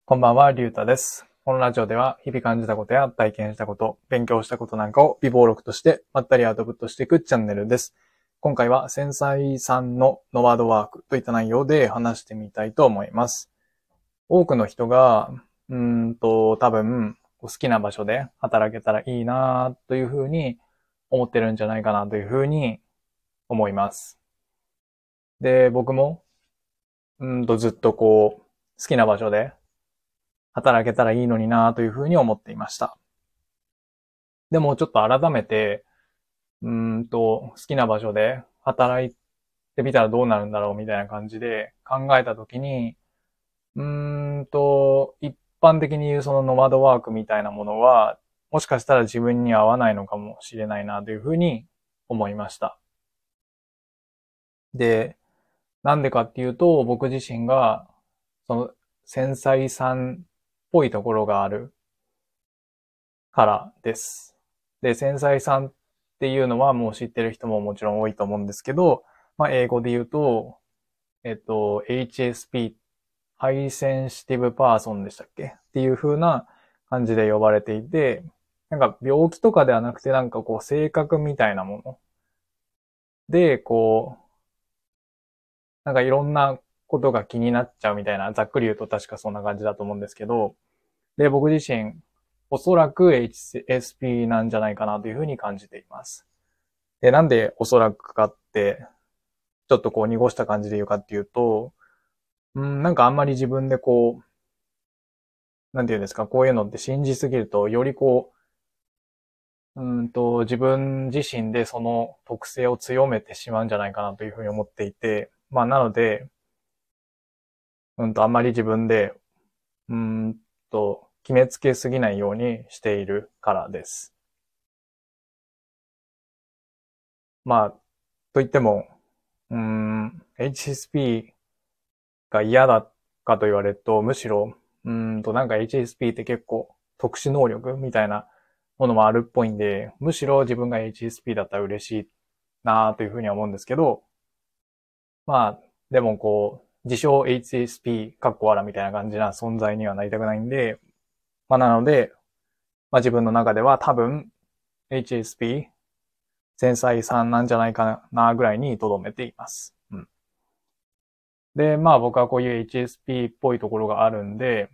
こんばんは、りゅうたです。このラジオでは、日々感じたことや体験したこと、勉強したことなんかを微暴録として、まったりアウトプットしていくチャンネルです。今回は、繊細さんのノマドワークといった内容で話してみたいと思います。多くの人が、多分、好きな場所で働けたらいいなというふうに思ってるんじゃないかなというふうに思います。で、僕も、ずっと好きな場所で働けたらいいのになというふうに思っていました。でもちょっと改めて、好きな場所で働いてみたらどうなるんだろうみたいな感じで考えたときに、一般的に言うそのノマドワークみたいなものは、もしかしたら自分に合わないのかもしれないなというふうに思いました。で、なんでかっていうと、僕自身が、その繊細さんっぽいところがあるからです。で、繊細さんっていうのはもう知ってる人ももちろん多いと思うんですけど、まあ、英語で言うと、HSP、ハイセンシティブパーソンでしたっけっていう風な感じで呼ばれていて、なんか病気とかではなくてなんか性格みたいなもので、なんかいろんなことが気になっちゃうみたいな、ざっくり言うと確かそんな感じだと思うんですけど、で、僕自身、おそらく HSP なんじゃないかなというふうに感じています。で、なんでおそらくかって、ちょっと濁した感じで言うかっていうと、なんかあんまり自分でなんていうんですか、こういうのって信じすぎると、より自分自身でその特性を強めてしまうんじゃないかなというふうに思っていて、まあなので、あんまり自分で、決めつけすぎないようにしているからです。まあ、と言っても、HSP が嫌だかと言われると、むしろ、なんか HSP って結構特殊能力みたいなものもあるっぽいんで、むしろ自分が HSP だったら嬉しいなというふうには思うんですけど、まあ、でも自称 HSP かっこわらみたいな感じな存在にはなりたくないんで、まあなので、まあ自分の中では多分 HSP 繊細さんなんじゃないかなぐらいに留めています。うん。で、まあ僕はこういう HSP っぽいところがあるんで、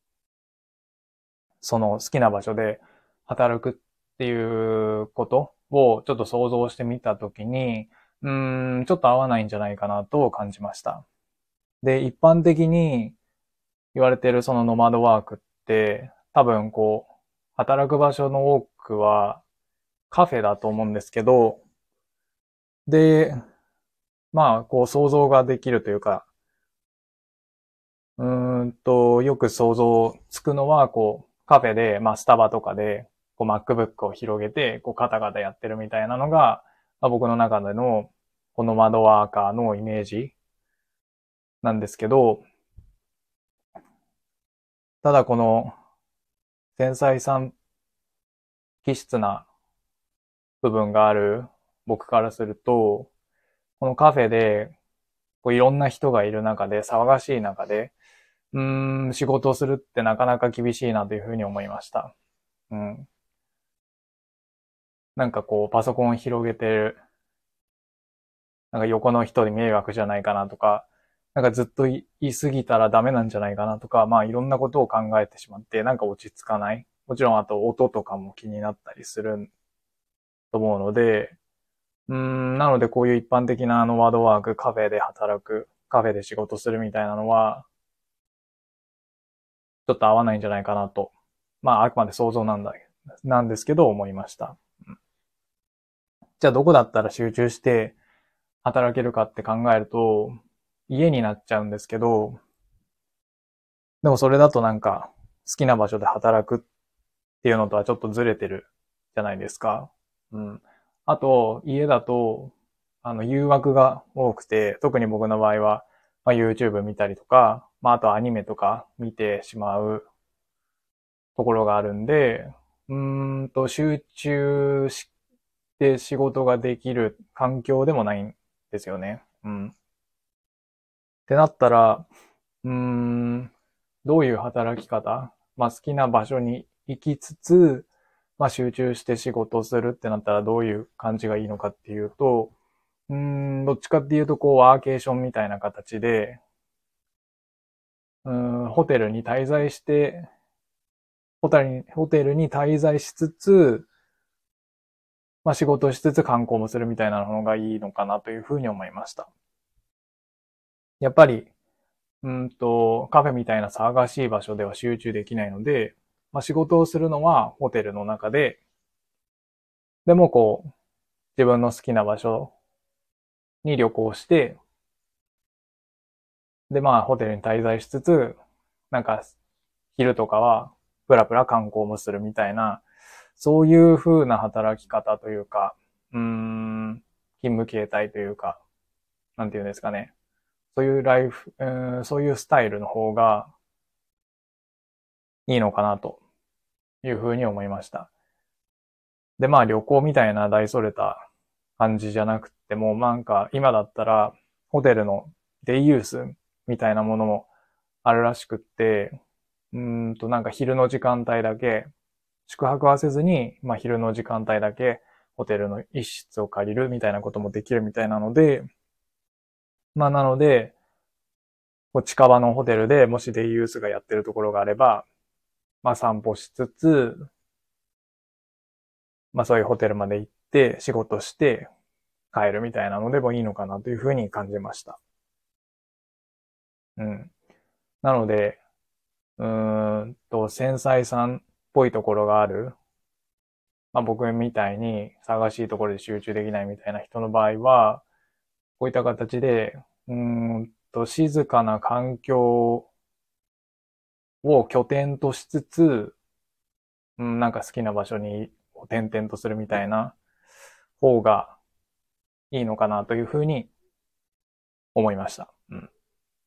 その好きな場所で働くっていうことをちょっと想像してみたときに、ちょっと合わないんじゃないかなと感じました。で、一般的に言われているそのノマドワークって、多分働く場所の多くはカフェだと思うんですけど、で、まあ、想像ができるというか、よく想像つくのは、カフェで、まあ、スタバとかで、MacBook を広げて、カタカタやってるみたいなのが、まあ、僕の中での、この窓ワーカーのイメージなんですけど、ただこの、繊細さん気質な部分がある僕からすると、このカフェで、いろんな人がいる中で、騒がしい中で、仕事をするってなかなか厳しいなというふうに思いました。うん。なんかパソコン広げてる、なんか横の人に迷惑じゃないかなとか、なんかずっと言い過ぎたらダメなんじゃないかなとか、まあいろんなことを考えてしまって、なんか落ち着かない。もちろんあと音とかも気になったりすると思うので、なのでこういう一般的なワードワーク、カフェで働く、カフェで仕事するみたいなのは、ちょっと合わないんじゃないかなと。まああくまで想像なんですけど思いました。じゃあどこだったら集中して働けるかって考えると、家になっちゃうんですけど、でもそれだとなんか好きな場所で働くっていうのとはちょっとずれてるじゃないですか。うん。あと、家だと、誘惑が多くて、特に僕の場合は、まあ、YouTube 見たりとか、まあ、あとアニメとか見てしまうところがあるんで、集中して仕事ができる環境でもないんですよね。うん。ってなったら、うーん、 どういう働き方、好きな場所に行きつつ、集中して仕事をするってなったらどういう感じがいいのかっていうと、どっちかっていうとワーケーションみたいな形で、ホテルに滞在して、ホテルに滞在しつつ、仕事をしつつ観光もするみたいなのがいいのかなというふうに思いました。やっぱり、カフェみたいな騒がしい場所では集中できないので、仕事をするのはホテルの中で、でも自分の好きな場所に旅行して、で、ホテルに滞在しつつ、昼とかは、プラプラ観光もするみたいな、そういう風な働き方というか、勤務形態というか、なんていうんですかね。そういうライフ、そういうスタイルの方がいいのかなという風に思いました。で、旅行みたいな大それた感じじゃなくても、今だったらホテルのデイユースみたいなものもあるらしくって、昼の時間帯だけ、宿泊はせずに、昼の時間帯だけホテルの一室を借りるみたいなこともできるみたいなので、なので、近場のホテルでもしデイユースがやってるところがあれば、散歩しつつ、そういうホテルまで行って仕事して帰るみたいなのでもいいのかなというふうに感じました。うん。なので、繊細さんっぽいところがある。僕みたいに探しいところで集中できないみたいな人の場合は、こういった形で、静かな環境を拠点としつつ、好きな場所に転々とするみたいな方がいいのかなというふうに思いました。うん。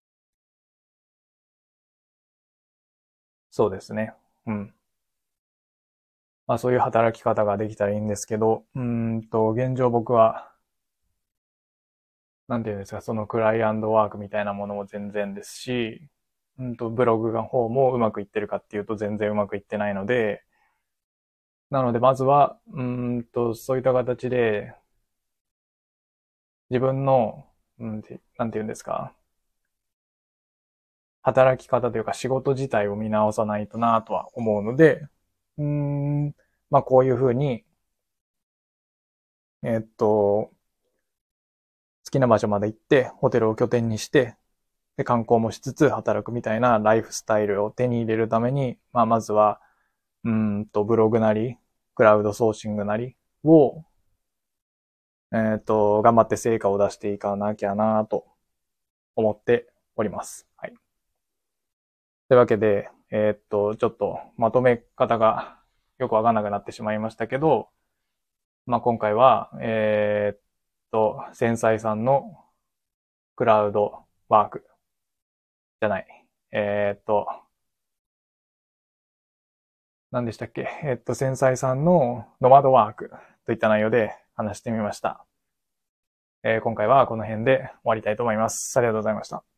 そうですね。うん。そういう働き方ができたらいいんですけど、現状僕は、なんていうんですか、そのクライアントワークみたいなものも全然ですし、ブログの方もうまくいってるかっていうと全然うまくいってないので、なのでまずは、そういった形で自分の、なんていうんですか、働き方というか仕事自体を見直さないとなとは思うので、うーん、こういうふうに、好きな場所まで行って、ホテルを拠点にして、で、観光もしつつ働くみたいなライフスタイルを手に入れるために、まずは、ブログなり、クラウドソーシングなりを、頑張って成果を出していかなきゃなと思っております。はい。というわけで、ちょっとまとめ方がよくわかんなくなってしまいましたけど、今回は、繊細さんのクラウドワークじゃない。えーっと、何でしたっけ。繊細さんのノマドワークといった内容で話してみました。今回はこの辺で終わりたいと思います。ありがとうございました。